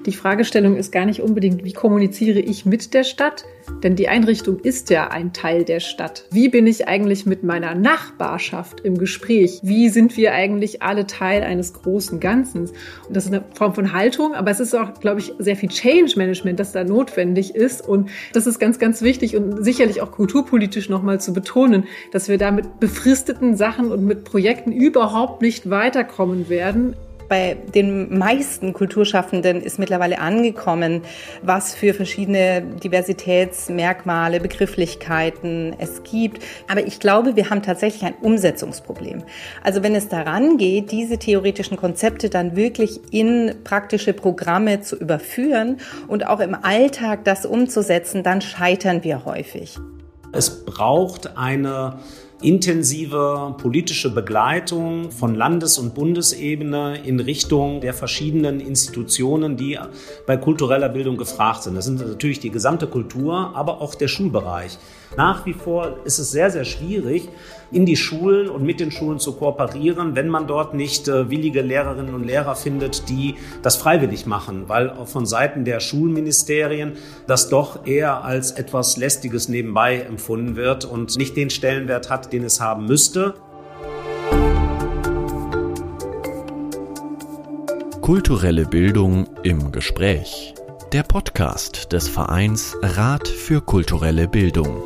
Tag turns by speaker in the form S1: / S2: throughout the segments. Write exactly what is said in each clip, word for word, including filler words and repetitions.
S1: Die Fragestellung ist gar nicht unbedingt, wie kommuniziere ich mit der Stadt? Denn die Einrichtung ist ja ein Teil der Stadt. Wie bin ich eigentlich mit meiner Nachbarschaft im Gespräch? Wie sind wir eigentlich alle Teil eines großen Ganzen? Und das ist eine Form von Haltung, aber es ist auch, glaube ich, sehr viel Change Management, das da notwendig ist. Und das ist ganz, ganz wichtig und sicherlich auch kulturpolitisch nochmal zu betonen, dass wir da mit befristeten Sachen und mit Projekten überhaupt nicht weiterkommen werden.
S2: Bei den meisten Kulturschaffenden ist mittlerweile angekommen, was für verschiedene Diversitätsmerkmale, Begrifflichkeiten es gibt. Aber ich glaube, wir haben tatsächlich ein Umsetzungsproblem. Also wenn es daran geht, diese theoretischen Konzepte dann wirklich in praktische Programme zu überführen und auch im Alltag das umzusetzen, dann scheitern wir häufig.
S3: Es braucht eine intensive politische Begleitung von Landes- und Bundesebene in Richtung der verschiedenen Institutionen, die bei kultureller Bildung gefragt sind. Das sind natürlich die gesamte Kultur, aber auch der Schulbereich. Nach wie vor ist es sehr, sehr schwierig, in die Schulen und mit den Schulen zu kooperieren, wenn man dort nicht äh, willige Lehrerinnen und Lehrer findet, die das freiwillig machen, weil auch von Seiten der Schulministerien das doch eher als etwas Lästiges nebenbei empfunden wird und nicht den Stellenwert hat, den es haben müsste.
S4: Kulturelle Bildung im Gespräch. Der Podcast des Vereins Rat für kulturelle Bildung.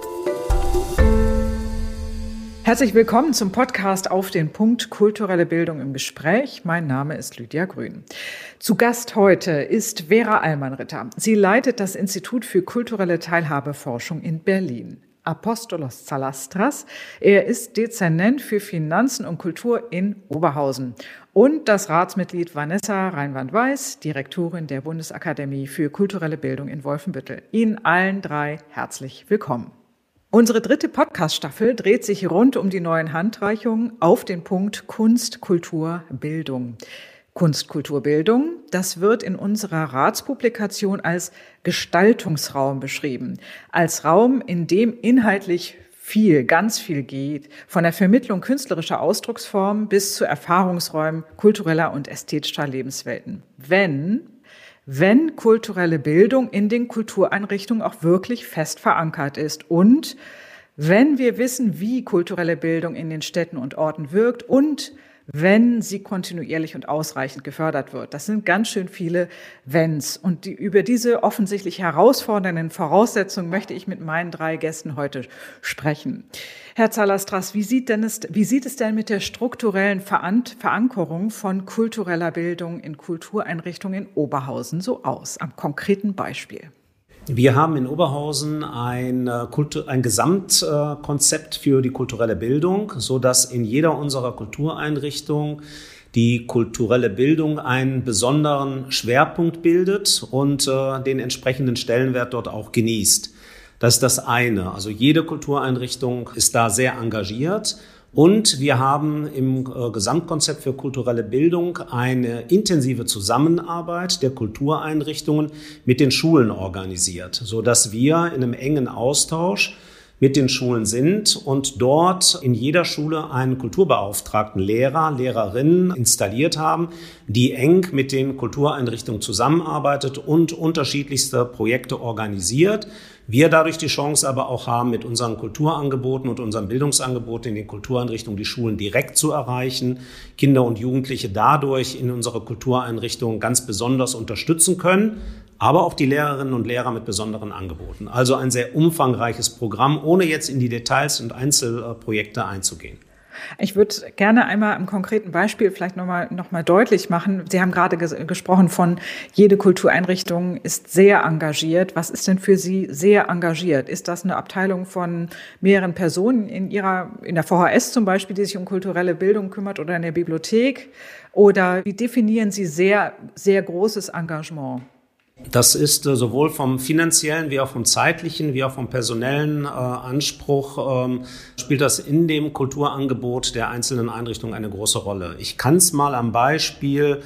S5: Herzlich willkommen zum Podcast Auf den Punkt Kulturelle Bildung im Gespräch. Mein Name ist Lydia Grün. Zu Gast heute ist Vera Allmann-Ritter. Sie leitet das Institut für kulturelle Teilhabeforschung in Berlin. Apostolos Zalastras. Er ist Dezernent für Finanzen und Kultur in Oberhausen. Und das Ratsmitglied Vanessa Reinwand-Weiß, Direktorin der Bundesakademie für kulturelle Bildung in Wolfenbüttel. Ihnen allen drei herzlich willkommen. Unsere dritte Podcast-Staffel dreht sich rund um die neuen Handreichungen auf den Punkt Kunst, Kultur, Bildung. Kunst, Kultur, Bildung, das wird in unserer Ratspublikation als Gestaltungsraum beschrieben. Als Raum, in dem inhaltlich viel, ganz viel geht, von der Vermittlung künstlerischer Ausdrucksformen bis zu Erfahrungsräumen kultureller und ästhetischer Lebenswelten. Wenn, wenn kulturelle Bildung in den Kultureinrichtungen auch wirklich fest verankert ist und wenn wir wissen, wie kulturelle Bildung in den Städten und Orten wirkt und wenn sie kontinuierlich und ausreichend gefördert wird. Das sind ganz schön viele Wenns. Und die, über diese offensichtlich herausfordernden Voraussetzungen möchte ich mit meinen drei Gästen heute sprechen. Herr Zalastras, wie sieht, denn es, wie sieht es denn mit der strukturellen Verankerung von kultureller Bildung in Kultureinrichtungen in Oberhausen so aus? Am konkreten Beispiel.
S3: Wir haben in Oberhausen ein, ein Gesamtkonzept für die kulturelle Bildung, so dass in jeder unserer Kultureinrichtungen die kulturelle Bildung einen besonderen Schwerpunkt bildet und äh, den entsprechenden Stellenwert dort auch genießt. Das ist das eine. Also jede Kultureinrichtung ist da sehr engagiert. Und wir haben im äh, Gesamtkonzept für kulturelle Bildung eine intensive Zusammenarbeit der Kultureinrichtungen mit den Schulen organisiert, so dass wir in einem engen Austausch mit den Schulen sind und dort in jeder Schule einen kulturbeauftragten Lehrer, Lehrerinnen installiert haben, die eng mit den Kultureinrichtungen zusammenarbeitet und unterschiedlichste Projekte organisiert. Wir dadurch die Chance aber auch haben, mit unseren Kulturangeboten und unseren Bildungsangeboten in den Kultureinrichtungen die Schulen direkt zu erreichen, Kinder und Jugendliche dadurch in unsere Kultureinrichtungen ganz besonders unterstützen können, aber auch die Lehrerinnen und Lehrer mit besonderen Angeboten. Also ein sehr umfangreiches Programm, ohne jetzt in die Details und Einzelprojekte einzugehen.
S5: Ich würde gerne einmal im konkreten Beispiel vielleicht nochmal noch mal deutlich machen. Sie haben gerade ges- gesprochen von, jede Kultureinrichtung ist sehr engagiert. Was ist denn für Sie sehr engagiert? Ist das eine Abteilung von mehreren Personen in Ihrer, in der V H S zum Beispiel, die sich um kulturelle Bildung kümmert oder in der Bibliothek? Oder wie definieren Sie sehr, sehr großes Engagement?
S3: Das ist äh, sowohl vom finanziellen wie auch vom zeitlichen wie auch vom personellen äh, Anspruch ähm, spielt das in dem Kulturangebot der einzelnen Einrichtungen eine große Rolle. Ich kann es mal am Beispiel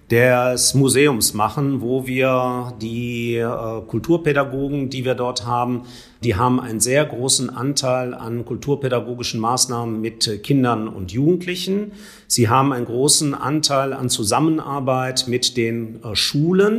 S3: des Museums machen, wo wir die äh, Kulturpädagogen, die wir dort haben, die haben einen sehr großen Anteil an kulturpädagogischen Maßnahmen mit Kindern und Jugendlichen. Sie haben einen großen Anteil an Zusammenarbeit mit den äh, Schulen.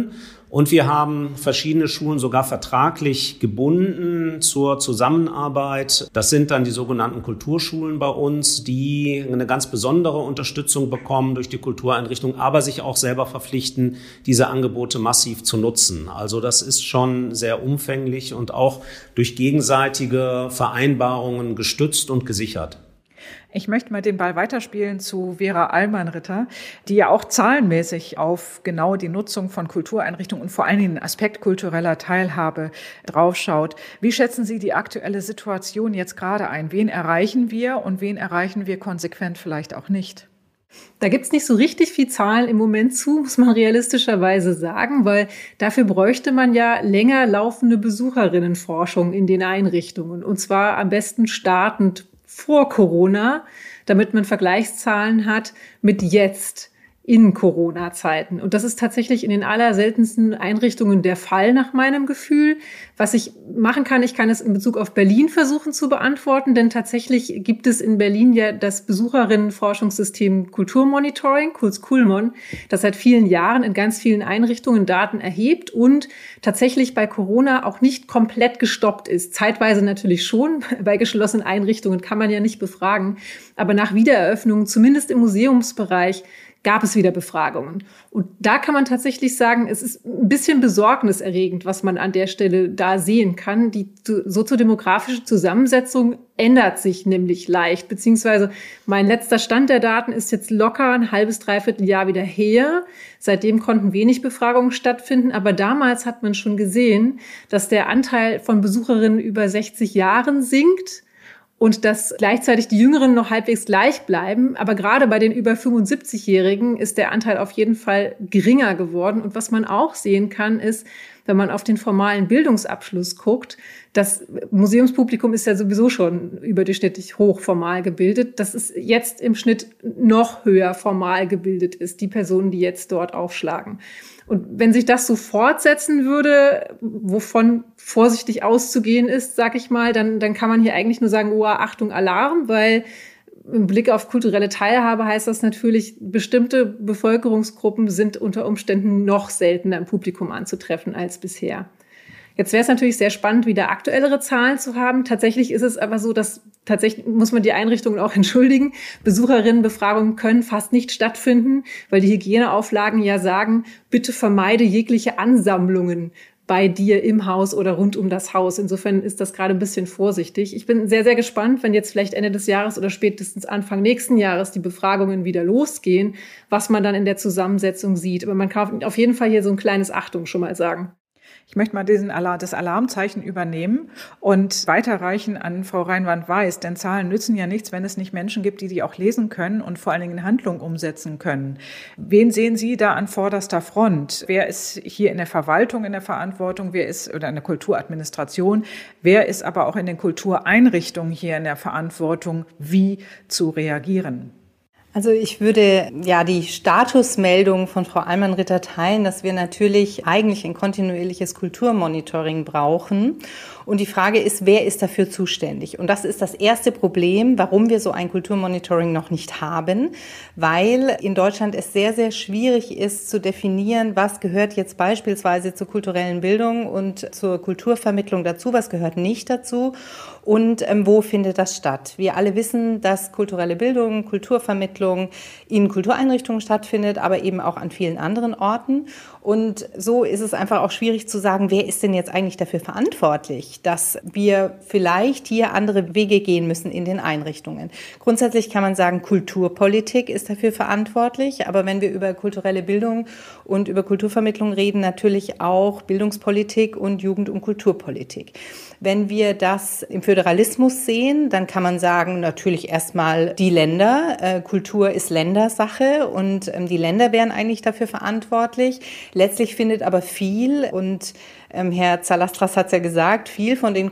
S3: Und wir haben verschiedene Schulen sogar vertraglich gebunden zur Zusammenarbeit. Das sind dann die sogenannten Kulturschulen bei uns, die eine ganz besondere Unterstützung bekommen durch die Kultureinrichtung, aber sich auch selber verpflichten, diese Angebote massiv zu nutzen. Also das ist schon sehr umfänglich und auch durch gegenseitige Vereinbarungen gestützt und gesichert.
S5: Ich möchte mal den Ball weiterspielen zu Vera Allmann-Ritter, die ja auch zahlenmäßig auf genau die Nutzung von Kultureinrichtungen und vor allen Dingen den Aspekt kultureller Teilhabe draufschaut. Wie schätzen Sie die aktuelle Situation jetzt gerade ein? Wen erreichen wir und wen erreichen wir konsequent vielleicht auch nicht?
S1: Da gibt's nicht so richtig viel Zahlen im Moment zu, muss man realistischerweise sagen, weil dafür bräuchte man ja länger laufende Besucherinnenforschung in den Einrichtungen. Und zwar am besten startend vor Corona, damit man Vergleichszahlen hat mit jetzt in Corona-Zeiten. Und das ist tatsächlich in den allerseltensten Einrichtungen der Fall, nach meinem Gefühl. Was ich machen kann, ich kann es in Bezug auf Berlin versuchen zu beantworten, denn tatsächlich gibt es in Berlin ja das Besucherinnenforschungssystem Kulturmonitoring, kurz Kulmon, das seit vielen Jahren in ganz vielen Einrichtungen Daten erhebt und tatsächlich bei Corona auch nicht komplett gestoppt ist. Zeitweise natürlich schon, bei geschlossenen Einrichtungen kann man ja nicht befragen, aber nach Wiedereröffnung, zumindest im Museumsbereich, gab es wieder Befragungen. Und da kann man tatsächlich sagen, es ist ein bisschen besorgniserregend, was man an der Stelle da sehen kann. Die soziodemografische Zusammensetzung ändert sich nämlich leicht, beziehungsweise mein letzter Stand der Daten ist jetzt locker ein halbes, dreiviertel Jahr wieder her. Seitdem konnten wenig Befragungen stattfinden, aber damals hat man schon gesehen, dass der Anteil von Besucherinnen über sechzig Jahren sinkt. Und dass gleichzeitig die Jüngeren noch halbwegs gleich bleiben. Aber gerade bei den über fünfundsiebzigjährigen ist der Anteil auf jeden Fall geringer geworden. Und was man auch sehen kann, ist, wenn man auf den formalen Bildungsabschluss guckt, das Museumspublikum ist ja sowieso schon überdurchschnittlich hoch formal gebildet, dass es jetzt im Schnitt noch höher formal gebildet ist, die Personen, die jetzt dort aufschlagen. Und wenn sich das so fortsetzen würde, wovon vorsichtig auszugehen ist, sag ich mal, dann, dann kann man hier eigentlich nur sagen, oh, Achtung, Alarm, weil im Blick auf kulturelle Teilhabe heißt das natürlich, bestimmte Bevölkerungsgruppen sind unter Umständen noch seltener im Publikum anzutreffen als bisher. Jetzt wäre es natürlich sehr spannend, wieder aktuellere Zahlen zu haben. Tatsächlich ist es aber so, dass tatsächlich muss man die Einrichtungen auch entschuldigen. Besucherinnenbefragungen können fast nicht stattfinden, weil die Hygieneauflagen ja sagen, bitte vermeide jegliche Ansammlungen bei dir im Haus oder rund um das Haus. Insofern ist das gerade ein bisschen vorsichtig. Ich bin sehr, sehr gespannt, wenn jetzt vielleicht Ende des Jahres oder spätestens Anfang nächsten Jahres die Befragungen wieder losgehen, was man dann in der Zusammensetzung sieht. Aber man kann auf jeden Fall hier so ein kleines Achtung schon mal sagen.
S5: Ich möchte mal diesen Alarm, das Alarmzeichen übernehmen und weiterreichen an Frau Reinwand-Weiß, denn Zahlen nützen ja nichts, wenn es nicht Menschen gibt, die die auch lesen können und vor allen Dingen in Handlung umsetzen können. Wen sehen Sie da an vorderster Front? Wer ist hier in der Verwaltung in der Verantwortung? Wer ist oder in der Kulturadministration? Wer ist aber auch in den Kultureinrichtungen hier in der Verantwortung, wie zu reagieren?
S2: Also ich würde ja die Statusmeldung von Frau Allmann-Ritter teilen, dass wir natürlich eigentlich ein kontinuierliches Kulturmonitoring brauchen. Und die Frage ist, wer ist dafür zuständig? Und das ist das erste Problem, warum wir so ein Kulturmonitoring noch nicht haben, weil in Deutschland es sehr, sehr schwierig ist zu definieren, was gehört jetzt beispielsweise zur kulturellen Bildung und zur Kulturvermittlung dazu, was gehört nicht dazu und ähm, wo findet das statt. Wir alle wissen, dass kulturelle Bildung, Kulturvermittlung in Kultureinrichtungen stattfindet, aber eben auch an vielen anderen Orten. Und so ist es einfach auch schwierig zu sagen, wer ist denn jetzt eigentlich dafür verantwortlich, dass wir vielleicht hier andere Wege gehen müssen in den Einrichtungen. Grundsätzlich kann man sagen, Kulturpolitik ist dafür verantwortlich, aber wenn wir über kulturelle Bildung und über Kulturvermittlung reden, natürlich auch Bildungspolitik und Jugend- und Kulturpolitik. Wenn wir das im Föderalismus sehen, dann kann man sagen, natürlich erstmal die Länder. Äh, Kultur ist Ländersache und ähm, die Länder wären eigentlich dafür verantwortlich. Letztlich findet aber viel, und ähm, Herr Zalastras hat es ja gesagt, viel von den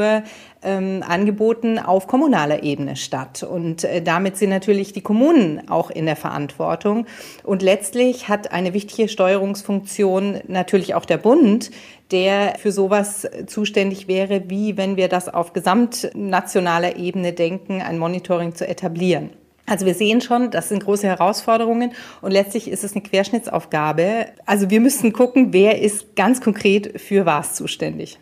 S2: Kulturangeboten ähm, auf kommunaler Ebene statt. Und äh, damit sind natürlich die Kommunen auch in der Verantwortung. Und letztlich hat eine wichtige Steuerungsfunktion natürlich auch der Bund, der für sowas zuständig wäre, wie wenn wir das auf gesamtnationaler Ebene denken, ein Monitoring zu etablieren. Also wir sehen schon, das sind große Herausforderungen und letztlich ist es eine Querschnittsaufgabe. Also wir müssen gucken, wer ist ganz konkret für was zuständig.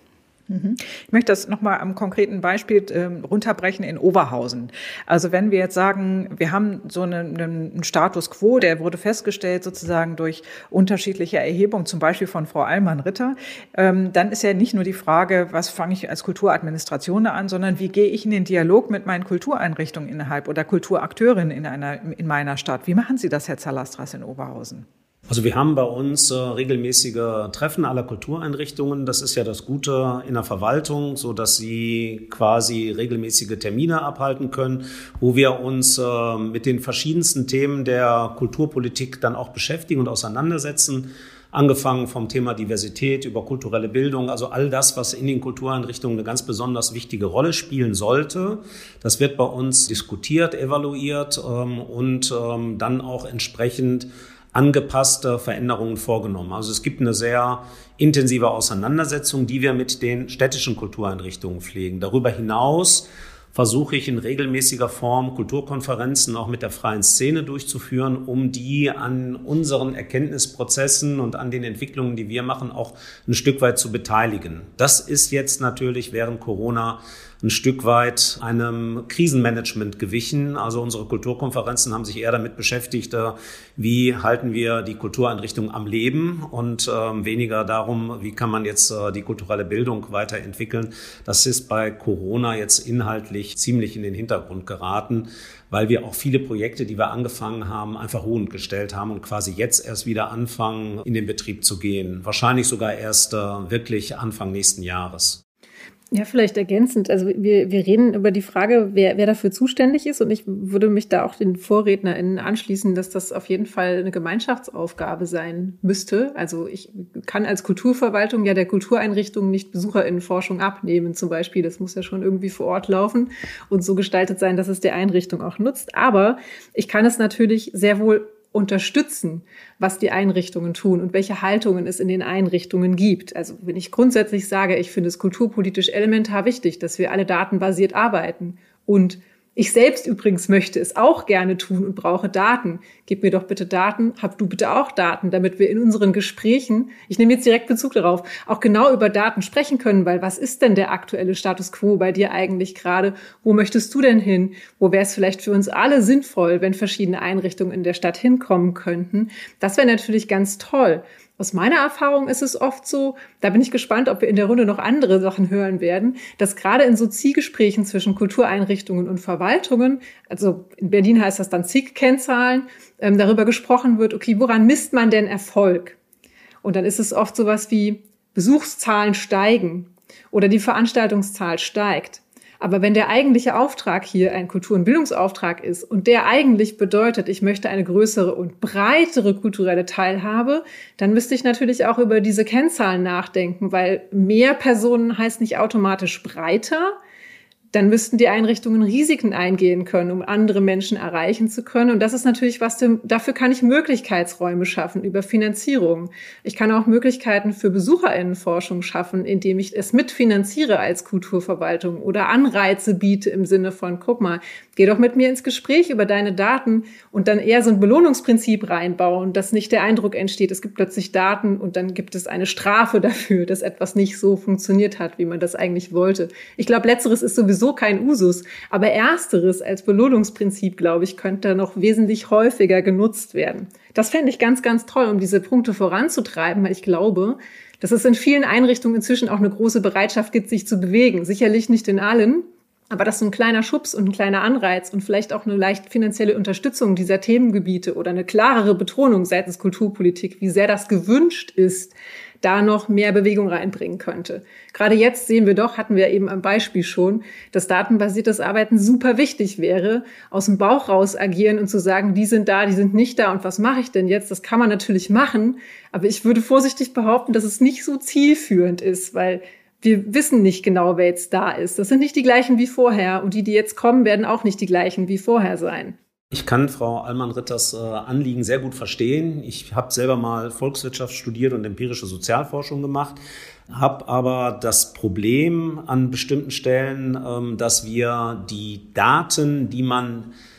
S5: Ich möchte das nochmal am konkreten Beispiel äh, runterbrechen in Oberhausen. Also wenn wir jetzt sagen, wir haben so einen, einen Status quo, der wurde festgestellt sozusagen durch unterschiedliche Erhebungen, zum Beispiel von Frau Allmann-Ritter, ähm, dann ist ja nicht nur die Frage, was fange ich als Kulturadministration an, sondern wie gehe ich in den Dialog mit meinen Kultureinrichtungen innerhalb oder Kulturakteurinnen in einer, in meiner Stadt. Wie machen Sie das, Herr Zalastras, in Oberhausen?
S3: Also wir haben bei uns äh, regelmäßige Treffen aller Kultureinrichtungen. Das ist ja das Gute in der Verwaltung, so dass sie quasi regelmäßige Termine abhalten können, wo wir uns äh, mit den verschiedensten Themen der Kulturpolitik dann auch beschäftigen und auseinandersetzen. Angefangen vom Thema Diversität über kulturelle Bildung, also all das, was in den Kultureinrichtungen eine ganz besonders wichtige Rolle spielen sollte. Das wird bei uns diskutiert, evaluiert ähm, und ähm, dann auch entsprechend angepasste Veränderungen vorgenommen. Also es gibt eine sehr intensive Auseinandersetzung, die wir mit den städtischen Kultureinrichtungen pflegen. Darüber hinaus versuche ich in regelmäßiger Form Kulturkonferenzen auch mit der freien Szene durchzuführen, um die an unseren Erkenntnisprozessen und an den Entwicklungen, die wir machen, auch ein Stück weit zu beteiligen. Das ist jetzt natürlich während Corona ein Stück weit einem Krisenmanagement gewichen. Also unsere Kulturkonferenzen haben sich eher damit beschäftigt, wie halten wir die Kultureinrichtung am Leben und ähm, weniger darum, wie kann man jetzt äh, die kulturelle Bildung weiterentwickeln. Das ist bei Corona jetzt inhaltlich ziemlich in den Hintergrund geraten, weil wir auch viele Projekte, die wir angefangen haben, einfach ruhend gestellt haben und quasi jetzt erst wieder anfangen, in den Betrieb zu gehen. Wahrscheinlich sogar erst äh, wirklich Anfang nächsten Jahres.
S1: Ja, vielleicht ergänzend. Also wir, wir reden über die Frage, wer, wer dafür zuständig ist. Und ich würde mich da auch den VorrednerInnen anschließen, dass das auf jeden Fall eine Gemeinschaftsaufgabe sein müsste. Also ich kann als Kulturverwaltung ja der Kultureinrichtung nicht BesucherInnenforschung abnehmen zum Beispiel. Das muss ja schon irgendwie vor Ort laufen und so gestaltet sein, dass es der Einrichtung auch nutzt. Aber ich kann es natürlich sehr wohl unterstützen, was die Einrichtungen tun und welche Haltungen es in den Einrichtungen gibt. Also wenn ich grundsätzlich sage, ich finde es kulturpolitisch elementar wichtig, dass wir alle datenbasiert arbeiten und ich selbst übrigens möchte es auch gerne tun und brauche Daten. Gib mir doch bitte Daten, hab du bitte auch Daten, damit wir in unseren Gesprächen, ich nehme jetzt direkt Bezug darauf, auch genau über Daten sprechen können, weil was ist denn der aktuelle Status quo bei dir eigentlich gerade? Wo möchtest du denn hin? Wo wäre es vielleicht für uns alle sinnvoll, wenn verschiedene Einrichtungen in der Stadt hinkommen könnten? Das wäre natürlich ganz toll. Aus meiner Erfahrung ist es oft so, da bin ich gespannt, ob wir in der Runde noch andere Sachen hören werden, dass gerade in so Zielgesprächen zwischen Kultureinrichtungen und Verwaltungen, also in Berlin heißt das dann Z I G-Kennzahlen, ähm, darüber gesprochen wird, okay, woran misst man denn Erfolg? Und dann ist es oft sowas wie Besuchszahlen steigen oder die Veranstaltungszahl steigt. Aber wenn der eigentliche Auftrag hier ein Kultur- und Bildungsauftrag ist und der eigentlich bedeutet, ich möchte eine größere und breitere kulturelle Teilhabe, dann müsste ich natürlich auch über diese Kennzahlen nachdenken, weil mehr Personen heißt nicht automatisch breiter. Dann müssten die Einrichtungen Risiken eingehen können, um andere Menschen erreichen zu können. Und das ist natürlich was, dafür kann ich Möglichkeitsräume schaffen über Finanzierung. Ich kann auch Möglichkeiten für BesucherInnenforschung schaffen, indem ich es mitfinanziere als Kulturverwaltung oder Anreize biete im Sinne von, guck mal, geh doch mit mir ins Gespräch über deine Daten und dann eher so ein Belohnungsprinzip reinbauen, dass nicht der Eindruck entsteht, es gibt plötzlich Daten und dann gibt es eine Strafe dafür, dass etwas nicht so funktioniert hat, wie man das eigentlich wollte. Ich glaube, letzteres ist sowieso so kein Usus. Aber ersteres als Belohnungsprinzip, glaube ich, könnte noch wesentlich häufiger genutzt werden. Das fände ich ganz, ganz toll, um diese Punkte voranzutreiben, weil ich glaube, dass es in vielen Einrichtungen inzwischen auch eine große Bereitschaft gibt, sich zu bewegen. Sicherlich nicht in allen, aber dass so ein kleiner Schubs und ein kleiner Anreiz und vielleicht auch eine leicht finanzielle Unterstützung dieser Themengebiete oder eine klarere Betonung seitens Kulturpolitik, wie sehr das gewünscht ist, da noch mehr Bewegung reinbringen könnte. Gerade jetzt sehen wir doch, hatten wir eben am Beispiel schon, dass datenbasiertes Arbeiten super wichtig wäre, aus dem Bauch raus agieren und zu sagen, die sind da, die sind nicht da und was mache ich denn jetzt? Das kann man natürlich machen, aber ich würde vorsichtig behaupten, dass es nicht so zielführend ist, weil wir wissen nicht genau, wer jetzt da ist. Das sind nicht die gleichen wie vorher und die, die jetzt kommen, werden auch nicht die gleichen wie vorher sein.
S3: Ich kann Frau Allmann-Ritters äh, Anliegen sehr gut verstehen. Ich habe selber mal Volkswirtschaft studiert und empirische Sozialforschung gemacht, habe aber das Problem an bestimmten Stellen, ähm, dass wir die Daten, die man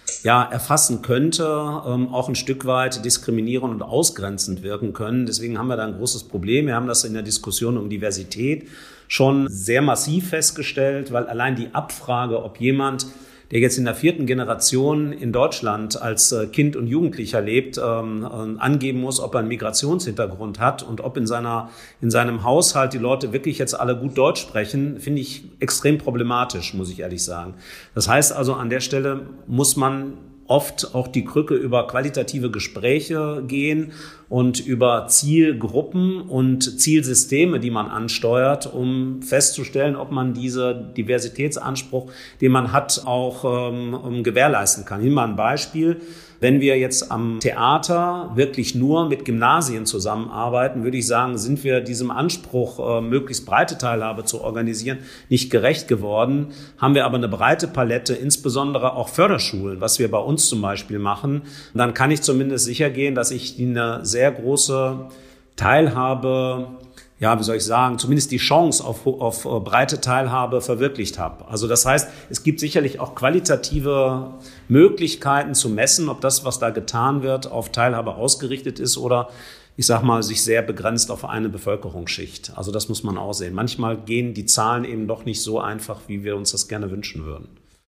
S3: ja, erfassen könnte, ähm, auch ein Stück weit diskriminierend und ausgrenzend wirken können. Deswegen haben wir da ein großes Problem. Wir haben das in der Diskussion um Diversität schon sehr massiv festgestellt, weil allein die Abfrage, ob jemand, der jetzt in der vierten Generation in Deutschland als Kind und Jugendlicher lebt, ähm, angeben muss, ob er einen Migrationshintergrund hat und ob in seiner, in seinem Haushalt die Leute wirklich jetzt alle gut Deutsch sprechen, finde ich extrem problematisch, muss ich ehrlich sagen. Das heißt also, an der Stelle muss man oft auch die Krücke über qualitative Gespräche gehen und über Zielgruppen und Zielsysteme, die man ansteuert, um festzustellen, ob man diesen Diversitätsanspruch, den man hat, auch ähm, gewährleisten kann. Hier mal ein Beispiel. Wenn wir jetzt am Theater wirklich nur mit Gymnasien zusammenarbeiten, würde ich sagen, sind wir diesem Anspruch, möglichst breite Teilhabe zu organisieren, nicht gerecht geworden. Haben wir aber eine breite Palette, insbesondere auch Förderschulen, was wir bei uns zum Beispiel machen, dann kann ich zumindest sicher gehen, dass ich eine sehr große Teilhabe, ja, wie soll ich sagen, zumindest die Chance auf, auf breite Teilhabe verwirklicht habe. Also das heißt, es gibt sicherlich auch qualitative Möglichkeiten zu messen, ob das, was da getan wird, auf Teilhabe ausgerichtet ist oder, ich sag mal, sich sehr begrenzt auf eine Bevölkerungsschicht. Also das muss man auch sehen. Manchmal gehen die Zahlen eben doch nicht so einfach, wie wir uns das gerne wünschen würden.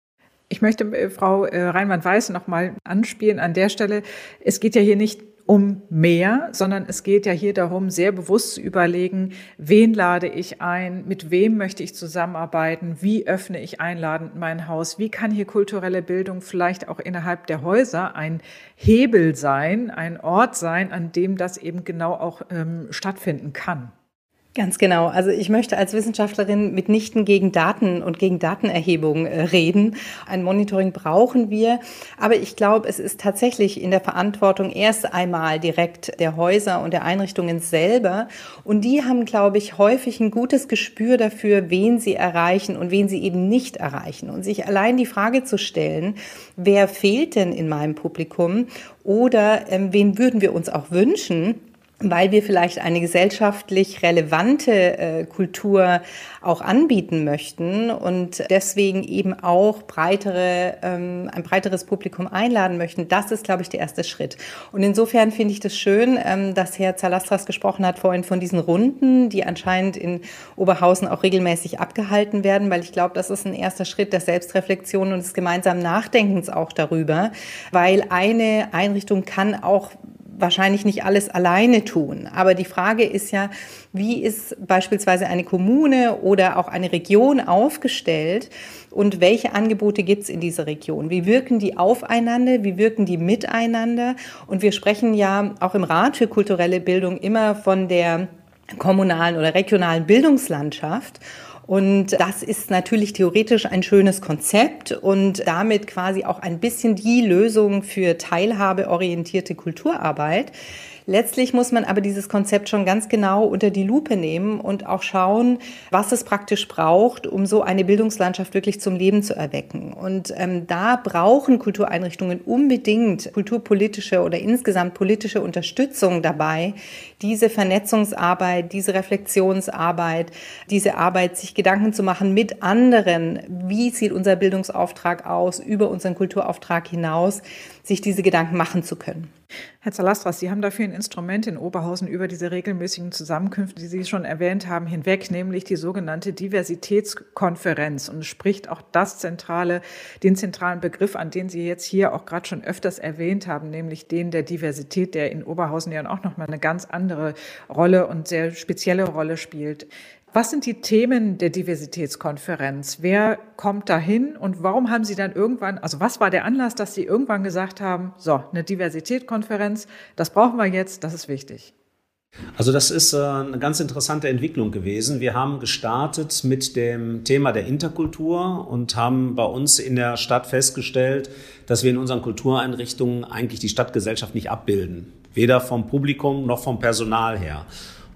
S5: Ich möchte äh, Frau äh, Reimann-Weiß noch mal anspielen an der Stelle. Es geht ja hier nicht um mehr, sondern es geht ja hier darum, sehr bewusst zu überlegen, wen lade ich ein, mit wem möchte ich zusammenarbeiten, wie öffne ich einladend mein Haus, wie kann hier kulturelle Bildung vielleicht auch innerhalb der Häuser ein Hebel sein, ein Ort sein, an dem das eben genau auch ähm, stattfinden kann.
S2: Ganz genau. Also ich möchte als Wissenschaftlerin mitnichten gegen Daten und gegen Datenerhebung reden. Ein Monitoring brauchen wir. Aber ich glaube, es ist tatsächlich in der Verantwortung erst einmal direkt der Häuser und der Einrichtungen selber. Und die haben, glaube ich, häufig ein gutes Gespür dafür, wen sie erreichen und wen sie eben nicht erreichen. Und sich allein die Frage zu stellen, wer fehlt denn in meinem Publikum oder ähm, wen würden wir uns auch wünschen, weil wir vielleicht eine gesellschaftlich relevante äh, Kultur auch anbieten möchten und deswegen eben auch breitere, ähm, ein breiteres Publikum einladen möchten. Das ist, glaube ich, der erste Schritt. Und insofern finde ich das schön, ähm, dass Herr Zalastras gesprochen hat vorhin von diesen Runden, die anscheinend in Oberhausen auch regelmäßig abgehalten werden, weil ich glaube, das ist ein erster Schritt der Selbstreflexion und des gemeinsamen Nachdenkens auch darüber, weil eine Einrichtung kann auch wahrscheinlich nicht alles alleine tun. Aber die Frage ist ja, wie ist beispielsweise eine Kommune oder auch eine Region aufgestellt und welche Angebote gibt es in dieser Region? Wie wirken die aufeinander? Wie wirken die miteinander? Und wir sprechen ja auch im Rat für kulturelle Bildung immer von der kommunalen oder regionalen Bildungslandschaft. Und das ist natürlich theoretisch ein schönes Konzept und damit quasi auch ein bisschen die Lösung für teilhabeorientierte Kulturarbeit. Letztlich muss man aber dieses Konzept schon ganz genau unter die Lupe nehmen und auch schauen, was es praktisch braucht, um so eine Bildungslandschaft wirklich zum Leben zu erwecken. Und ähm, da brauchen Kultureinrichtungen unbedingt kulturpolitische oder insgesamt politische Unterstützung dabei, diese Vernetzungsarbeit, diese Reflexionsarbeit, diese Arbeit, sich Gedanken zu machen mit anderen, wie sieht unser Bildungsauftrag aus, über unseren Kulturauftrag hinaus, sich diese Gedanken machen zu können.
S5: Herr Zalastras, Sie haben dafür ein Instrument in Oberhausen über diese regelmäßigen Zusammenkünfte, die Sie schon erwähnt haben, hinweg, nämlich die sogenannte Diversitätskonferenz. Und es spricht auch das zentrale, den zentralen Begriff, an den Sie jetzt hier auch gerade schon öfters erwähnt haben, nämlich den der Diversität, der in Oberhausen ja auch nochmal eine ganz andere Rolle und sehr spezielle Rolle spielt. Was sind die Themen der Diversitätskonferenz? Wer kommt dahin und warum haben Sie dann irgendwann, also was war der Anlass, dass Sie irgendwann gesagt haben, so, eine Diversitätskonferenz, das brauchen wir jetzt, das ist wichtig?
S3: Also das ist eine ganz interessante Entwicklung gewesen. Wir haben gestartet mit dem Thema der Interkultur und haben bei uns in der Stadt festgestellt, dass wir in unseren Kultureinrichtungen eigentlich die Stadtgesellschaft nicht abbilden. Weder vom Publikum noch vom Personal her.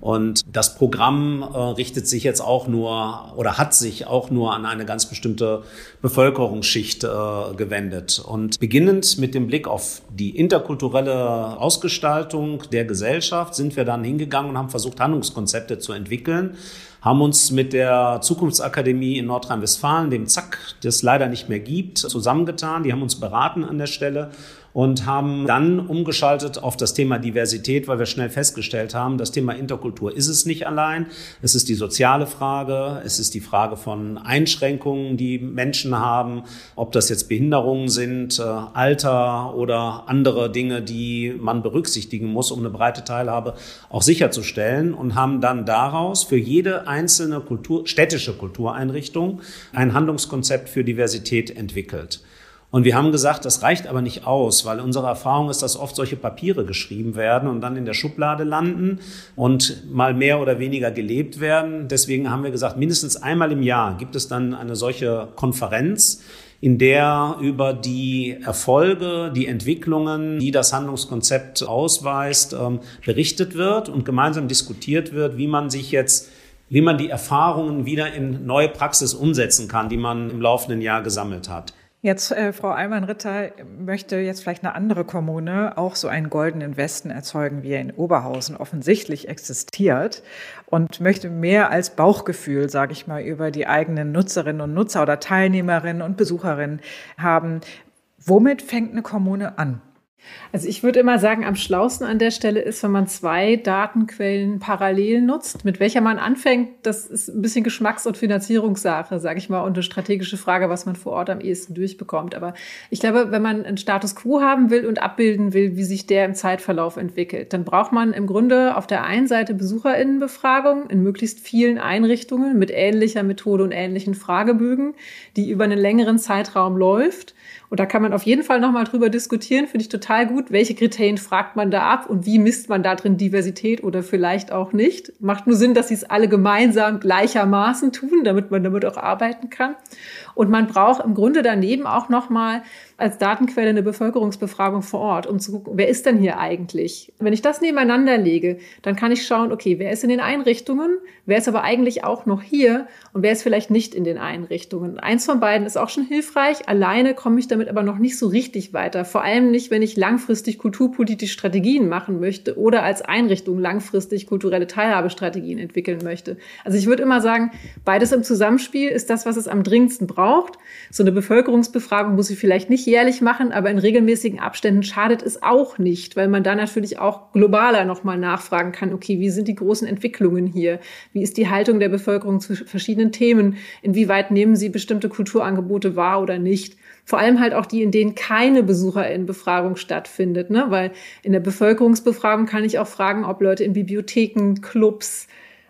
S3: Und das Programm äh, richtet sich jetzt auch nur oder hat sich auch nur an eine ganz bestimmte Bevölkerungsschicht äh, gewendet. Und beginnend mit dem Blick auf die interkulturelle Ausgestaltung der Gesellschaft sind wir dann hingegangen und haben versucht, Handlungskonzepte zu entwickeln, haben uns mit der Zukunftsakademie in Nordrhein-Westfalen, dem Z A K, das es leider nicht mehr gibt, zusammengetan. Die haben uns beraten an der Stelle und haben dann umgeschaltet auf das Thema Diversität, weil wir schnell festgestellt haben, das Thema Interkultur ist es nicht allein. Es ist die soziale Frage, es ist die Frage von Einschränkungen, die Menschen haben, ob das jetzt Behinderungen sind, Alter oder andere Dinge, die man berücksichtigen muss, um eine breite Teilhabe auch sicherzustellen, und haben dann daraus für jede einzelne Kultur, städtische Kultureinrichtung ein Handlungskonzept für Diversität entwickelt. Und wir haben gesagt, das reicht aber nicht aus, weil unsere Erfahrung ist, dass oft solche Papiere geschrieben werden und dann in der Schublade landen und mal mehr oder weniger gelebt werden. Deswegen haben wir gesagt, mindestens einmal im Jahr gibt es dann eine solche Konferenz, in der über die Erfolge, die Entwicklungen, die das Handlungskonzept ausweist, berichtet wird und gemeinsam diskutiert wird, wie man sich jetzt, wie man die Erfahrungen wieder in neue Praxis umsetzen kann, die man im laufenden Jahr gesammelt hat.
S5: Jetzt, äh, Frau Allmann-Ritter, möchte jetzt vielleicht eine andere Kommune auch so einen goldenen Westen erzeugen, wie er in Oberhausen offensichtlich existiert, und möchte mehr als Bauchgefühl, sage ich mal, über die eigenen Nutzerinnen und Nutzer oder Teilnehmerinnen und Besucherinnen haben. Womit fängt eine Kommune an?
S1: Also ich würde immer sagen, am schlausten an der Stelle ist, wenn man zwei Datenquellen parallel nutzt. Mit welcher man anfängt, das ist ein bisschen Geschmacks- und Finanzierungssache, sage ich mal, und eine strategische Frage, was man vor Ort am ehesten durchbekommt. Aber ich glaube, wenn man einen Status quo haben will und abbilden will, wie sich der im Zeitverlauf entwickelt, dann braucht man im Grunde auf der einen Seite BesucherInnenbefragung in möglichst vielen Einrichtungen mit ähnlicher Methode und ähnlichen Fragebögen, die über einen längeren Zeitraum läuft. Und da kann man auf jeden Fall nochmal drüber diskutieren, finde ich total gut. Welche Kriterien fragt man da ab und wie misst man da drin Diversität oder vielleicht auch nicht? Macht nur Sinn, dass sie es alle gemeinsam gleichermaßen tun, damit man damit auch arbeiten kann. Und man braucht im Grunde daneben auch nochmal als Datenquelle eine Bevölkerungsbefragung vor Ort, um zu gucken, wer ist denn hier eigentlich? Wenn ich das nebeneinander lege, dann kann ich schauen, okay, wer ist in den Einrichtungen, wer ist aber eigentlich auch noch hier und wer ist vielleicht nicht in den Einrichtungen. Eins von beiden ist auch schon hilfreich. Alleine komme ich damit aber noch nicht so richtig weiter. Vor allem nicht, wenn ich langfristig kulturpolitische Strategien machen möchte oder als Einrichtung langfristig kulturelle Teilhabestrategien entwickeln möchte. Also ich würde immer sagen, beides im Zusammenspiel ist das, was es am dringendsten braucht. So eine Bevölkerungsbefragung muss ich vielleicht nicht jährlich machen, aber in regelmäßigen Abständen schadet es auch nicht, weil man da natürlich auch globaler nochmal nachfragen kann, okay, wie sind die großen Entwicklungen hier? Wie ist die Haltung der Bevölkerung zu verschiedenen Themen? Inwieweit nehmen sie bestimmte Kulturangebote wahr oder nicht? Vor allem halt auch die, in denen keine BesucherInnenbefragung stattfindet, ne? Weil in der Bevölkerungsbefragung kann ich auch fragen, ob Leute in Bibliotheken, Clubs,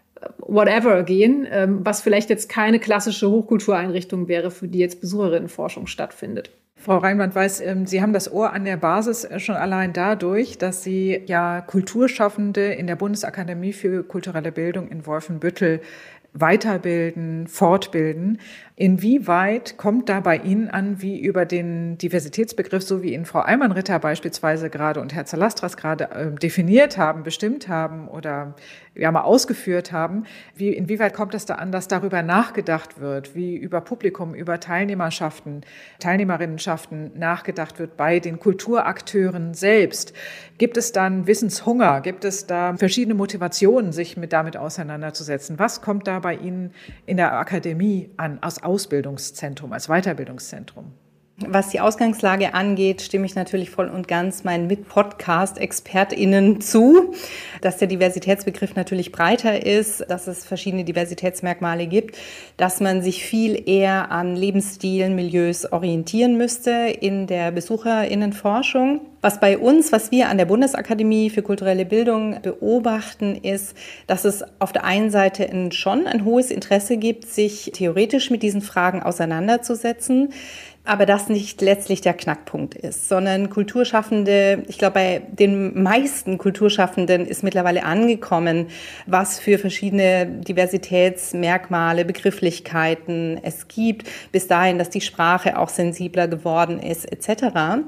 S1: whatever gehen, was vielleicht jetzt keine klassische Hochkultureinrichtung wäre, für die jetzt Besucherinnenforschung stattfindet.
S5: Frau Reinwand-Weiß, Sie haben das Ohr an der Basis schon allein dadurch, dass Sie ja Kulturschaffende in der Bundesakademie für kulturelle Bildung in Wolfenbüttel weiterbilden, fortbilden. Inwieweit kommt da bei Ihnen an, wie über den Diversitätsbegriff, so wie ihn Frau Allmann-Ritter beispielsweise gerade und Herr Zalastras gerade äh, definiert haben, bestimmt haben oder ja mal ausgeführt haben, wie, inwieweit kommt es da an, dass darüber nachgedacht wird, wie über Publikum, über Teilnehmerschaften, Teilnehmerinnenschaften nachgedacht wird bei den Kulturakteuren selbst? Gibt es dann Wissenshunger? Gibt es da verschiedene Motivationen, sich mit damit auseinanderzusetzen? Was kommt da bei Ihnen in der Akademie an, als Ausbildungszentrum, als Weiterbildungszentrum?
S2: Was die Ausgangslage angeht, stimme ich natürlich voll und ganz meinen Mit-Podcast-ExpertInnen zu, dass der Diversitätsbegriff natürlich breiter ist, dass es verschiedene Diversitätsmerkmale gibt, dass man sich viel eher an Lebensstilen, Milieus orientieren müsste in der BesucherInnenforschung. Was bei uns, was wir an der Bundesakademie für kulturelle Bildung beobachten, ist, dass es auf der einen Seite schon ein hohes Interesse gibt, sich theoretisch mit diesen Fragen auseinanderzusetzen, aber das nicht letztlich der Knackpunkt ist, sondern Kulturschaffende, ich glaube, bei den meisten Kulturschaffenden ist mittlerweile angekommen, was für verschiedene Diversitätsmerkmale, Begrifflichkeiten es gibt, bis dahin, dass die Sprache auch sensibler geworden ist, et cetera.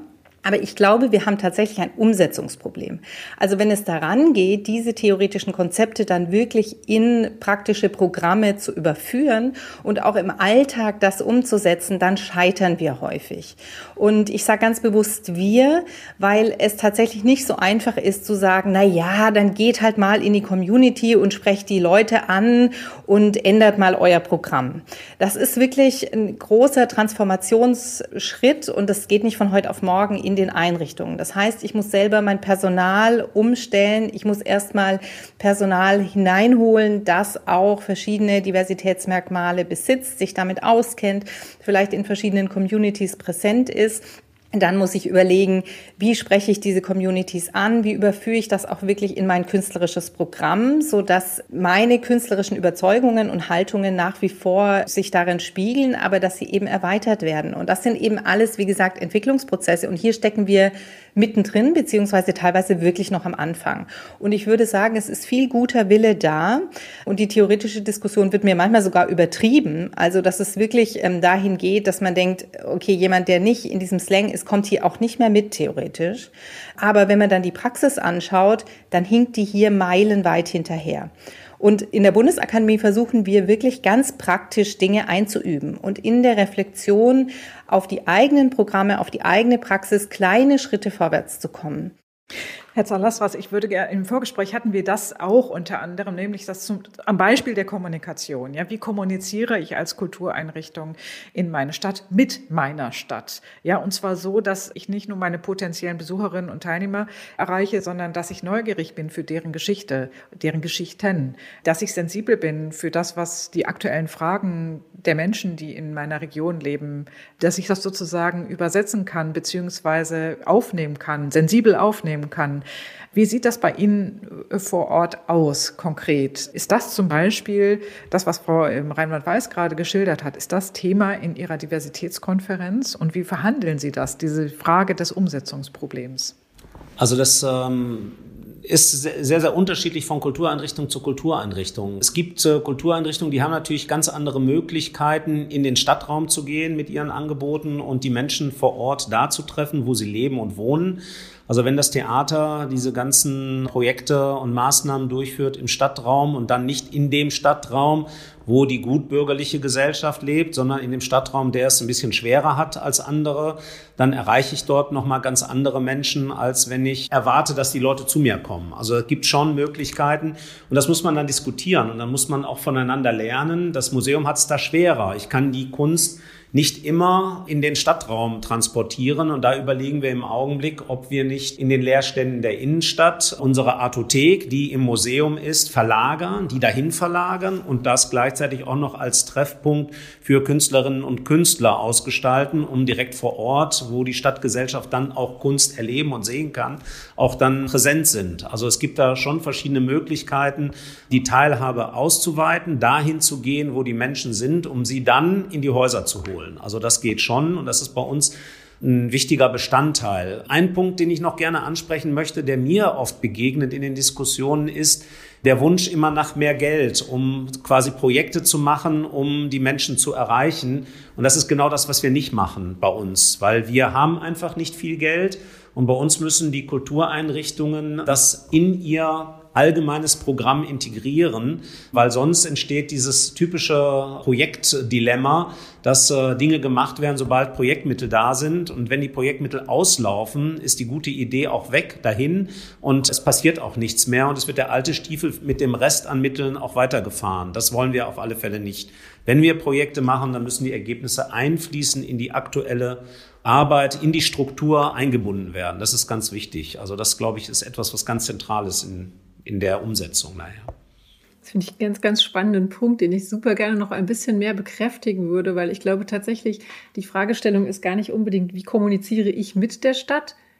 S2: Aber ich glaube, wir haben tatsächlich ein Umsetzungsproblem. Also wenn es daran geht, diese theoretischen Konzepte dann wirklich in praktische Programme zu überführen und auch im Alltag das umzusetzen, dann scheitern wir häufig. Und ich sage ganz bewusst wir, weil es tatsächlich nicht so einfach ist zu sagen, na ja, dann geht halt mal in die Community und sprecht die Leute an und ändert mal euer Programm. Das ist wirklich ein großer Transformationsschritt und das geht nicht von heute auf morgen in den Einrichtungen. Das heißt, ich muss selber mein Personal umstellen. Ich muss erstmal Personal hineinholen, das auch verschiedene Diversitätsmerkmale besitzt, sich damit auskennt, vielleicht in verschiedenen Communities präsent ist. Dann muss ich überlegen, wie spreche ich diese Communities an, wie überführe ich das auch wirklich in mein künstlerisches Programm, so dass meine künstlerischen Überzeugungen und Haltungen nach wie vor sich darin spiegeln, aber dass sie eben erweitert werden. Und das sind eben alles, wie gesagt, Entwicklungsprozesse. Und hier stecken wir mittendrin, beziehungsweise teilweise wirklich noch am Anfang. Und ich würde sagen, es ist viel guter Wille da. Und die theoretische Diskussion wird mir manchmal sogar übertrieben. Also, dass es wirklich ähm, dahin geht, dass man denkt, okay, jemand, der nicht in diesem Slang ist, kommt hier auch nicht mehr mit, theoretisch. Aber wenn man dann die Praxis anschaut, dann hinkt die hier meilenweit hinterher. Und in der Bundesakademie versuchen wir wirklich ganz praktisch Dinge einzuüben und in der Reflexion auf die eigenen Programme, auf die eigene Praxis kleine Schritte vorwärts zu kommen.
S5: Herr Zalasras, ich würde gerne, im Vorgespräch hatten wir das auch unter anderem, nämlich das zum, am Beispiel der Kommunikation. Ja, wie kommuniziere ich als Kultureinrichtung in meine Stadt mit meiner Stadt? Ja, und zwar so, dass ich nicht nur meine potenziellen Besucherinnen und Teilnehmer erreiche, sondern dass ich neugierig bin für deren Geschichte, deren Geschichten, dass ich sensibel bin für das, was die aktuellen Fragen der Menschen, die in meiner Region leben, dass ich das sozusagen übersetzen kann, beziehungsweise aufnehmen kann, sensibel aufnehmen kann. Wie sieht das bei Ihnen vor Ort aus, konkret? Ist das zum Beispiel, das, was Frau Reinwand-Weiß gerade geschildert hat, ist das Thema in Ihrer Diversitätskonferenz? Und wie verhandeln Sie das, diese Frage des Umsetzungsproblems?
S3: Also das ähm, ist sehr, sehr unterschiedlich von Kultureinrichtung zu Kultureinrichtung. Es gibt äh, Kultureinrichtungen, die haben natürlich ganz andere Möglichkeiten, in den Stadtraum zu gehen mit ihren Angeboten und die Menschen vor Ort da zu treffen, wo sie leben und wohnen. Also wenn das Theater diese ganzen Projekte und Maßnahmen durchführt im Stadtraum und dann nicht in dem Stadtraum, wo die gutbürgerliche Gesellschaft lebt, sondern in dem Stadtraum, der es ein bisschen schwerer hat als andere, dann erreiche ich dort nochmal ganz andere Menschen, als wenn ich erwarte, dass die Leute zu mir kommen. Also es gibt schon Möglichkeiten und das muss man dann diskutieren und dann muss man auch voneinander lernen. Das Museum hat es da schwerer. Ich kann die Kunst nicht immer in den Stadtraum transportieren. Und da überlegen wir im Augenblick, ob wir nicht in den Leerständen der Innenstadt unsere Artothek, die im Museum ist, verlagern, die dahin verlagern und das gleichzeitig auch noch als Treffpunkt für Künstlerinnen und Künstler ausgestalten, um direkt vor Ort, wo die Stadtgesellschaft dann auch Kunst erleben und sehen kann, auch dann präsent sind. Also es gibt da schon verschiedene Möglichkeiten, die Teilhabe auszuweiten, dahin zu gehen, wo die Menschen sind, um sie dann in die Häuser zu holen. Also das geht schon und das ist bei uns ein wichtiger Bestandteil. Ein Punkt, den ich noch gerne ansprechen möchte, der mir oft begegnet in den Diskussionen, ist der Wunsch immer nach mehr Geld, um quasi Projekte zu machen, um die Menschen zu erreichen. Und das ist genau das, was wir nicht machen bei uns, weil wir haben einfach nicht viel Geld und bei uns müssen die Kultureinrichtungen das in ihr allgemeines Programm integrieren, weil sonst entsteht dieses typische Projektdilemma, dass äh, Dinge gemacht werden, sobald Projektmittel da sind. Und wenn die Projektmittel auslaufen, ist die gute Idee auch weg dahin und es passiert auch nichts mehr und es wird der alte Stiefel mit dem Rest an Mitteln auch weitergefahren. Das wollen wir auf alle Fälle nicht. Wenn wir Projekte machen, dann müssen die Ergebnisse einfließen in die aktuelle Arbeit, in die Struktur eingebunden werden. Das ist ganz wichtig. Also das, glaube ich, ist etwas, was ganz zentral ist in in der Umsetzung nachher.
S1: Das finde ich einen ganz, ganz spannenden Punkt, den ich super gerne noch ein bisschen mehr bekräftigen würde, weil ich glaube tatsächlich, die Fragestellung ist gar nicht unbedingt, wie kommuniziere ich mit der Stadt,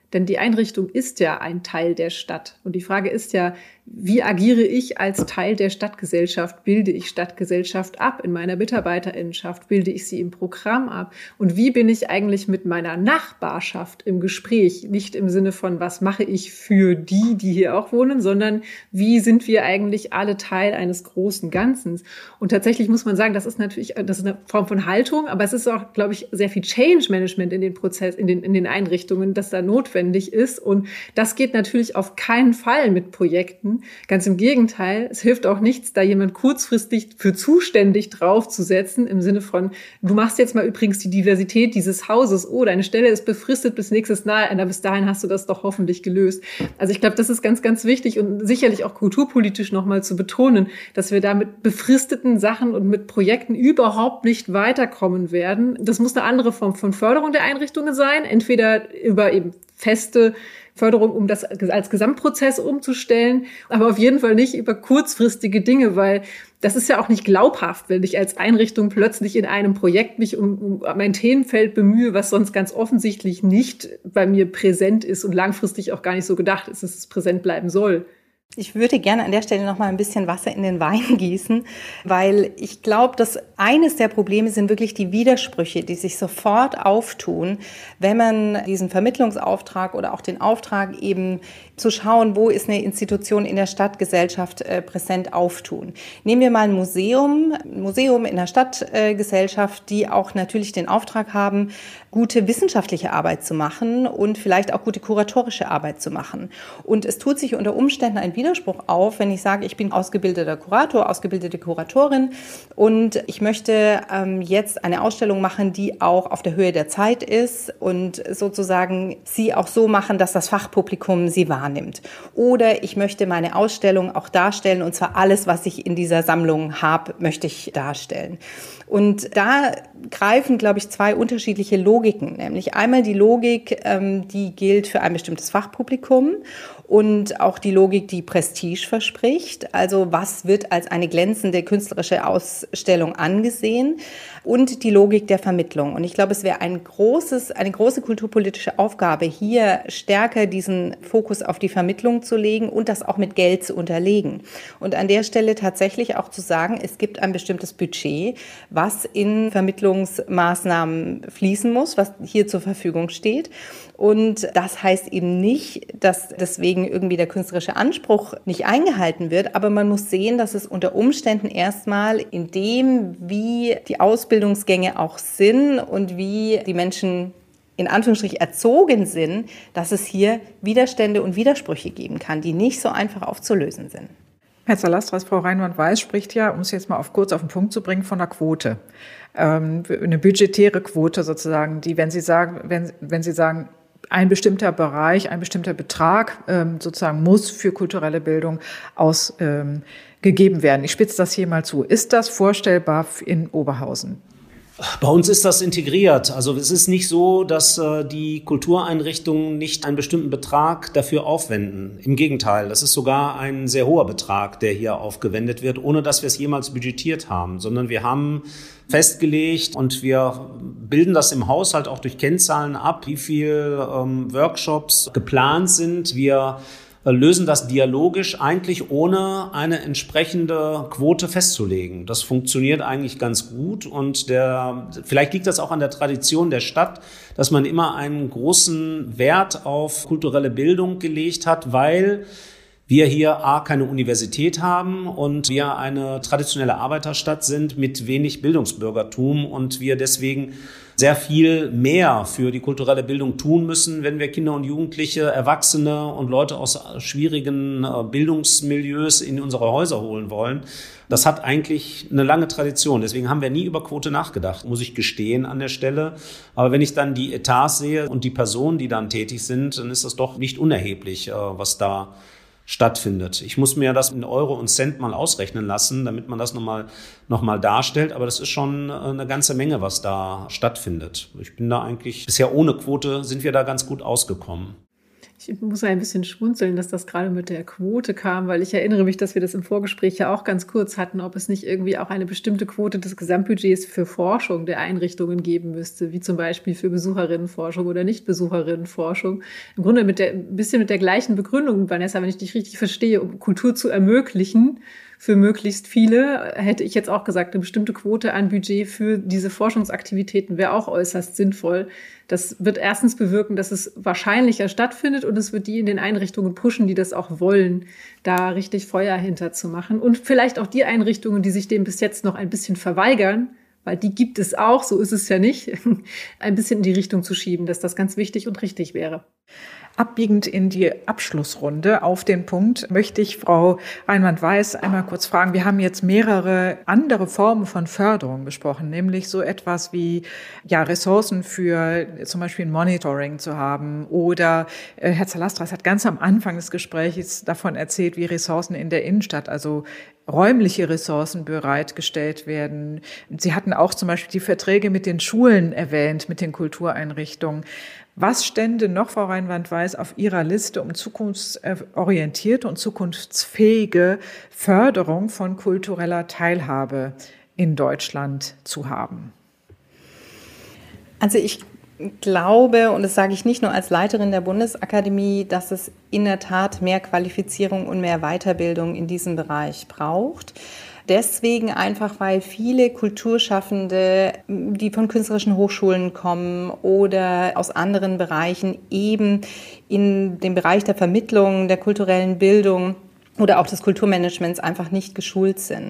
S1: Denn die Einrichtung ist ja ein Teil der Stadt. Und die Frage ist ja, wie agiere ich als Teil der Stadtgesellschaft? Bilde ich Stadtgesellschaft ab in meiner Mitarbeiterinnenschaft? Bilde ich sie im Programm ab? Und wie bin ich eigentlich mit meiner Nachbarschaft im Gespräch? Nicht im Sinne von, was mache ich für die, die hier auch wohnen, sondern wie sind wir eigentlich alle Teil eines großen Ganzen? Und tatsächlich muss man sagen, das ist natürlich, das ist eine Form von Haltung, aber es ist auch, glaube ich, sehr viel Change Management in den Prozess, in den, in den Einrichtungen, das da notwendig ist. Und das geht natürlich auf keinen Fall mit Projekten. Ganz im Gegenteil, es hilft auch nichts, da jemand kurzfristig für zuständig draufzusetzen, im Sinne von, du machst jetzt mal übrigens die Diversität dieses Hauses, oh, deine Stelle ist befristet bis nächstes Jahr, na, bis dahin hast du das doch hoffentlich gelöst. Also ich glaube, das ist ganz, ganz wichtig und sicherlich auch kulturpolitisch nochmal zu betonen, dass wir da mit befristeten Sachen und mit Projekten überhaupt nicht weiterkommen werden. Das muss eine andere Form von Förderung der Einrichtungen sein, entweder über eben feste Förderung, um das als Gesamtprozess umzustellen, aber auf jeden Fall nicht über kurzfristige Dinge, weil das ist ja auch nicht glaubhaft, wenn ich als Einrichtung plötzlich in einem Projekt mich um, um mein Themenfeld bemühe, was sonst ganz offensichtlich nicht bei mir präsent ist und langfristig auch gar nicht so gedacht ist, dass es präsent bleiben soll.
S2: Ich würde gerne an der Stelle noch mal ein bisschen Wasser in den Wein gießen, weil ich glaube, dass eines der Probleme sind wirklich die Widersprüche, die sich sofort auftun, wenn man diesen Vermittlungsauftrag oder auch den Auftrag eben zu schauen, wo ist eine Institution in der Stadtgesellschaft äh, präsent auftun. Nehmen wir mal ein Museum, ein Museum in der Stadtgesellschaft, äh, die auch natürlich den Auftrag haben, gute wissenschaftliche Arbeit zu machen und vielleicht auch gute kuratorische Arbeit zu machen. Und es tut sich unter Umständen ein Widerspruch auf, wenn ich sage, ich bin ausgebildeter Kurator, ausgebildete Kuratorin und ich möchte ähm, jetzt eine Ausstellung machen, die auch auf der Höhe der Zeit ist und sozusagen sie auch so machen, dass das Fachpublikum sie wahrnimmt. Oder ich möchte meine Ausstellung auch darstellen und zwar alles, was ich in dieser Sammlung habe, möchte ich darstellen. Und da greifen, glaube ich, zwei unterschiedliche Logiken, nämlich einmal die Logik, ähm, die gilt für ein bestimmtes Fachpublikum und auch die Logik, die Prestige verspricht. Also was wird als eine glänzende künstlerische Ausstellung angesehen und die Logik der Vermittlung. Und ich glaube, es wäre ein großes, eine große kulturpolitische Aufgabe, hier stärker diesen Fokus auf die Vermittlung zu legen und das auch mit Geld zu unterlegen. Und an der Stelle tatsächlich auch zu sagen, es gibt ein bestimmtes Budget, was in Vermittlungsmaßnahmen fließen muss, was hier zur Verfügung steht. Und das heißt eben nicht, dass deswegen irgendwie der künstlerische Anspruch nicht eingehalten wird, aber man muss sehen, dass es unter Umständen erstmal in dem, wie die Ausbildungsgänge auch sind und wie die Menschen in Anführungsstrichen erzogen sind, dass es hier Widerstände und Widersprüche geben kann, die nicht so einfach aufzulösen sind.
S5: Herr Zalastras, Frau Reinwand-Weiß spricht ja, um es jetzt mal auf kurz auf den Punkt zu bringen, von einer Quote. Ähm, eine budgetäre Quote sozusagen, die, wenn Sie sagen, wenn, wenn Sie sagen, ein bestimmter Bereich, ein bestimmter Betrag ähm, sozusagen muss für kulturelle Bildung ausgegeben ähm, werden. Ich spitze das hier mal zu. Ist das vorstellbar in Oberhausen?
S3: Bei uns ist das integriert. Also es ist nicht so, dass äh, die Kultureinrichtungen nicht einen bestimmten Betrag dafür aufwenden. Im Gegenteil, das ist sogar ein sehr hoher Betrag, der hier aufgewendet wird, ohne dass wir es jemals budgetiert haben, sondern wir haben festgelegt und wir bilden das im Haushalt auch durch Kennzahlen ab, wie viel ähm, Workshops geplant sind. Wir lösen das dialogisch eigentlich ohne eine entsprechende Quote festzulegen. Das funktioniert eigentlich ganz gut und der, vielleicht liegt das auch an der Tradition der Stadt, dass man immer einen großen Wert auf kulturelle Bildung gelegt hat, weil wir hier A, keine Universität haben und wir eine traditionelle Arbeiterstadt sind mit wenig Bildungsbürgertum und wir deswegen sehr viel mehr für die kulturelle Bildung tun müssen, wenn wir Kinder und Jugendliche, Erwachsene und Leute aus schwierigen Bildungsmilieus in unsere Häuser holen wollen. Das hat eigentlich eine lange Tradition. Deswegen haben wir nie über Quote nachgedacht, muss ich gestehen an der Stelle. Aber wenn ich dann die Etats sehe und die Personen, die dann tätig sind, dann ist das doch nicht unerheblich, was da stattfindet. Ich muss mir das in Euro und Cent mal ausrechnen lassen, damit man das nochmal noch mal darstellt. Aber das ist schon eine ganze Menge, was da stattfindet. Ich bin da eigentlich, bisher ohne Quote sind wir da ganz gut ausgekommen.
S1: Ich muss ein bisschen schmunzeln, dass das gerade mit der Quote kam, weil ich erinnere mich, dass wir das im Vorgespräch ja auch ganz kurz hatten, ob es nicht irgendwie auch eine bestimmte Quote des Gesamtbudgets für Forschung der Einrichtungen geben müsste, wie zum Beispiel für Besucherinnenforschung oder Nicht-Besucherinnenforschung. Im Grunde mit der, ein bisschen mit der gleichen Begründung, Vanessa, wenn ich dich richtig verstehe, um Kultur zu ermöglichen für möglichst viele, hätte ich jetzt auch gesagt, eine bestimmte Quote an Budget für diese Forschungsaktivitäten wäre auch äußerst sinnvoll. Das wird erstens bewirken, dass es wahrscheinlicher stattfindet und es wird die in den Einrichtungen pushen, die das auch wollen, da richtig Feuer hinter zu machen. Und vielleicht auch die Einrichtungen, die sich dem bis jetzt noch ein bisschen verweigern, weil die gibt es auch, so ist es ja nicht, ein bisschen in die Richtung zu schieben, dass das ganz wichtig und richtig wäre.
S5: Abbiegend in die Abschlussrunde auf den Punkt möchte ich Frau Reinwand-Weiß einmal kurz fragen. Wir haben jetzt mehrere andere Formen von Förderung besprochen, nämlich so etwas wie ja Ressourcen für zum Beispiel ein Monitoring zu haben oder äh, Herr Zalastras hat ganz am Anfang des Gesprächs davon erzählt, wie Ressourcen in der Innenstadt, also räumliche Ressourcen bereitgestellt werden. Sie hatten auch zum Beispiel die Verträge mit den Schulen erwähnt, mit den Kultureinrichtungen. Was stände noch, Frau Reinwand-Weiß, auf Ihrer Liste, um zukunftsorientierte und zukunftsfähige Förderung von kultureller Teilhabe in Deutschland zu haben?
S2: Also ich glaube, und das sage ich nicht nur als Leiterin der Bundesakademie, dass es in der Tat mehr Qualifizierung und mehr Weiterbildung in diesem Bereich braucht. Deswegen einfach, weil viele Kulturschaffende, die von künstlerischen Hochschulen kommen oder aus anderen Bereichen, eben in dem Bereich der Vermittlung, der kulturellen Bildung oder auch des Kulturmanagements einfach nicht geschult sind.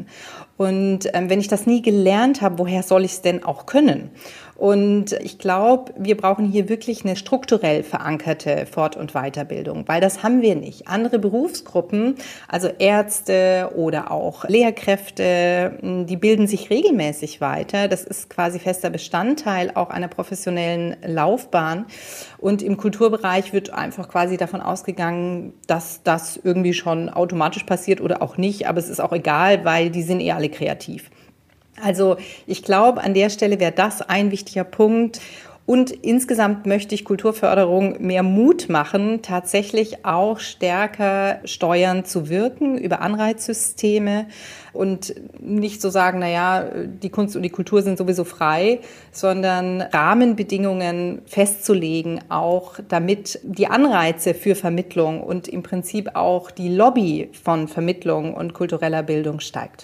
S2: Und ähm, wenn ich das nie gelernt habe, woher soll ich es denn auch können? Und ich glaube, wir brauchen hier wirklich eine strukturell verankerte Fort- und Weiterbildung, weil das haben wir nicht. Andere Berufsgruppen, also Ärzte oder auch Lehrkräfte, die bilden sich regelmäßig weiter. Das ist quasi fester Bestandteil auch einer professionellen Laufbahn. Und im Kulturbereich wird einfach quasi davon ausgegangen, dass das irgendwie schon automatisch passiert oder auch nicht. Aber es ist auch egal, weil die sind eh alle kreativ. Also ich glaube, an der Stelle wäre das ein wichtiger Punkt. Und insgesamt möchte ich Kulturförderung mehr Mut machen, tatsächlich auch stärker steuern zu wirken über Anreizsysteme und nicht so sagen, na ja, die Kunst und die Kultur sind sowieso frei, sondern Rahmenbedingungen festzulegen, auch damit die Anreize für Vermittlung und im Prinzip auch die Lobby von Vermittlung und kultureller Bildung steigt.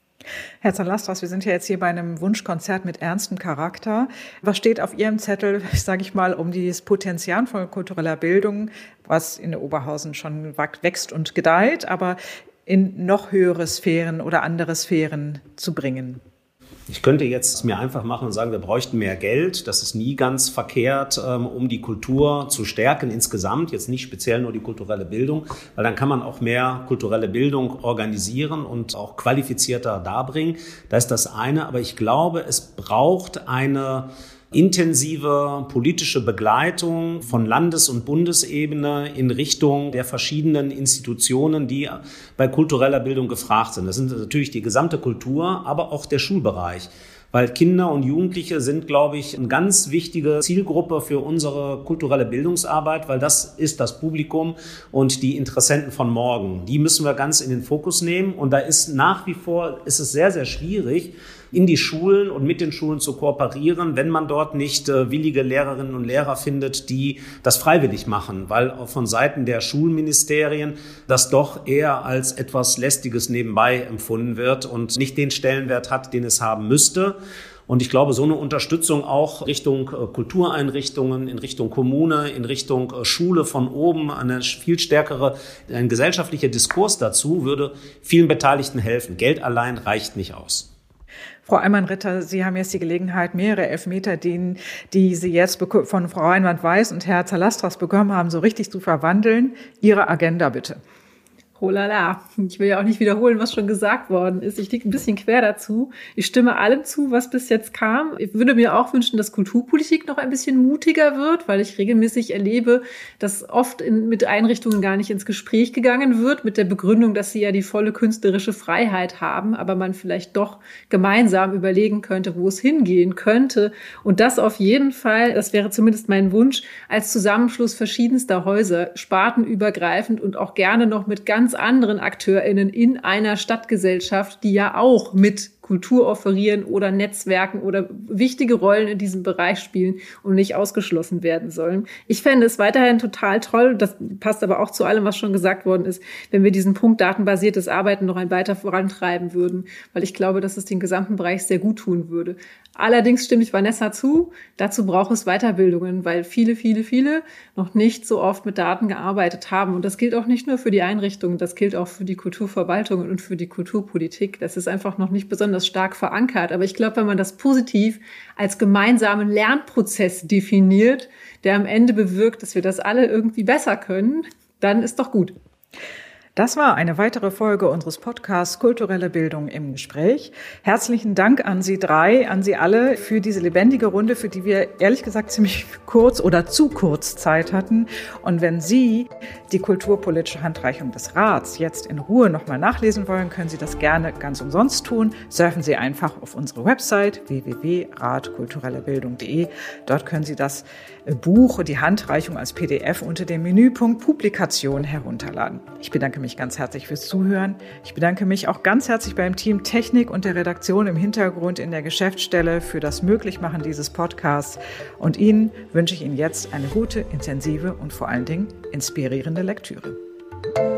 S5: Herr Zalastras, wir sind ja jetzt hier bei einem Wunschkonzert mit ernstem Charakter. Was steht auf Ihrem Zettel, sage ich mal, um dieses Potenzial von kultureller Bildung, was in Oberhausen schon wächst und gedeiht, aber in noch höhere Sphären oder andere Sphären zu bringen?
S3: Ich könnte jetzt mir einfach machen und sagen, wir bräuchten mehr Geld. Das ist nie ganz verkehrt, um die Kultur zu stärken insgesamt, jetzt nicht speziell nur die kulturelle Bildung, weil dann kann man auch mehr kulturelle Bildung organisieren und auch qualifizierter darbringen. Das ist das eine. Aber ich glaube, es braucht eine intensive politische Begleitung von Landes- und Bundesebene in Richtung der verschiedenen Institutionen, die bei kultureller Bildung gefragt sind. Das sind natürlich die gesamte Kultur, aber auch der Schulbereich. Weil Kinder und Jugendliche sind, glaube ich, eine ganz wichtige Zielgruppe für unsere kulturelle Bildungsarbeit, weil das ist das Publikum und die Interessenten von morgen. Die müssen wir ganz in den Fokus nehmen. Und da ist nach wie vor, ist es sehr, sehr schwierig, in die Schulen und mit den Schulen zu kooperieren, wenn man dort nicht äh, willige Lehrerinnen und Lehrer findet, die das freiwillig machen, weil auch von Seiten der Schulministerien das doch eher als etwas Lästiges nebenbei empfunden wird und nicht den Stellenwert hat, den es haben müsste. Und ich glaube, so eine Unterstützung auch Richtung äh, Kultureinrichtungen, in Richtung Kommune, in Richtung äh, Schule von oben, eine viel stärkere, ein gesellschaftlicher Diskurs dazu würde vielen Beteiligten helfen. Geld allein reicht nicht aus.
S5: Frau Allmann-Ritter, Sie haben jetzt die Gelegenheit, mehrere Elfmeter, die, die Sie jetzt von Frau Reinwand-Weiß und Herr Zalastras bekommen haben, so richtig zu verwandeln. Ihre Agenda bitte.
S1: Oh la la. Ich will ja auch nicht wiederholen, was schon gesagt worden ist. Ich liege ein bisschen quer dazu. Ich stimme allem zu, was bis jetzt kam. Ich würde mir auch wünschen, dass Kulturpolitik noch ein bisschen mutiger wird, weil ich regelmäßig erlebe, dass oft in, mit Einrichtungen gar nicht ins Gespräch gegangen wird, mit der Begründung, dass sie ja die volle künstlerische Freiheit haben, aber man vielleicht doch gemeinsam überlegen könnte, wo es hingehen könnte. Und das auf jeden Fall, das wäre zumindest mein Wunsch, als Zusammenschluss verschiedenster Häuser, spartenübergreifend und auch gerne noch mit ganz anderen AkteurInnen in einer Stadtgesellschaft, die ja auch mit Kultur offerieren oder Netzwerken oder wichtige Rollen in diesem Bereich spielen und nicht ausgeschlossen werden sollen. Ich fände es weiterhin total toll, das passt aber auch zu allem, was schon gesagt worden ist, wenn wir diesen Punkt datenbasiertes Arbeiten noch ein weiter vorantreiben würden, weil ich glaube, dass es den gesamten Bereich sehr gut tun würde. Allerdings stimme ich Vanessa zu, dazu braucht es Weiterbildungen, weil viele, viele, viele noch nicht so oft mit Daten gearbeitet haben. Und das gilt auch nicht nur für die Einrichtungen, das gilt auch für die Kulturverwaltung und für die Kulturpolitik. Das ist einfach noch nicht besonders stark verankert. Aber ich glaube, wenn man das positiv als gemeinsamen Lernprozess definiert, der am Ende bewirkt, dass wir das alle irgendwie besser können, dann ist doch gut.
S5: Das war eine weitere Folge unseres Podcasts Kulturelle Bildung im Gespräch. Herzlichen Dank an Sie drei, an Sie alle für diese lebendige Runde, für die wir ehrlich gesagt ziemlich kurz oder zu kurz Zeit hatten. Und wenn Sie die kulturpolitische Handreichung des Rats jetzt in Ruhe nochmal nachlesen wollen, können Sie das gerne ganz umsonst tun. Surfen Sie einfach auf unsere Website w w w punkt rat kulturelle bildung punkt de. Dort können Sie das Buch, die Handreichung als P D F unter dem Menüpunkt Publikation herunterladen. Ich bedanke mich ganz herzlich fürs Zuhören. Ich bedanke mich auch ganz herzlich beim Team Technik und der Redaktion im Hintergrund in der Geschäftsstelle für das Möglichmachen dieses Podcasts. Und Ihnen wünsche ich Ihnen jetzt eine gute, intensive und vor allen Dingen inspirierende Lektüre.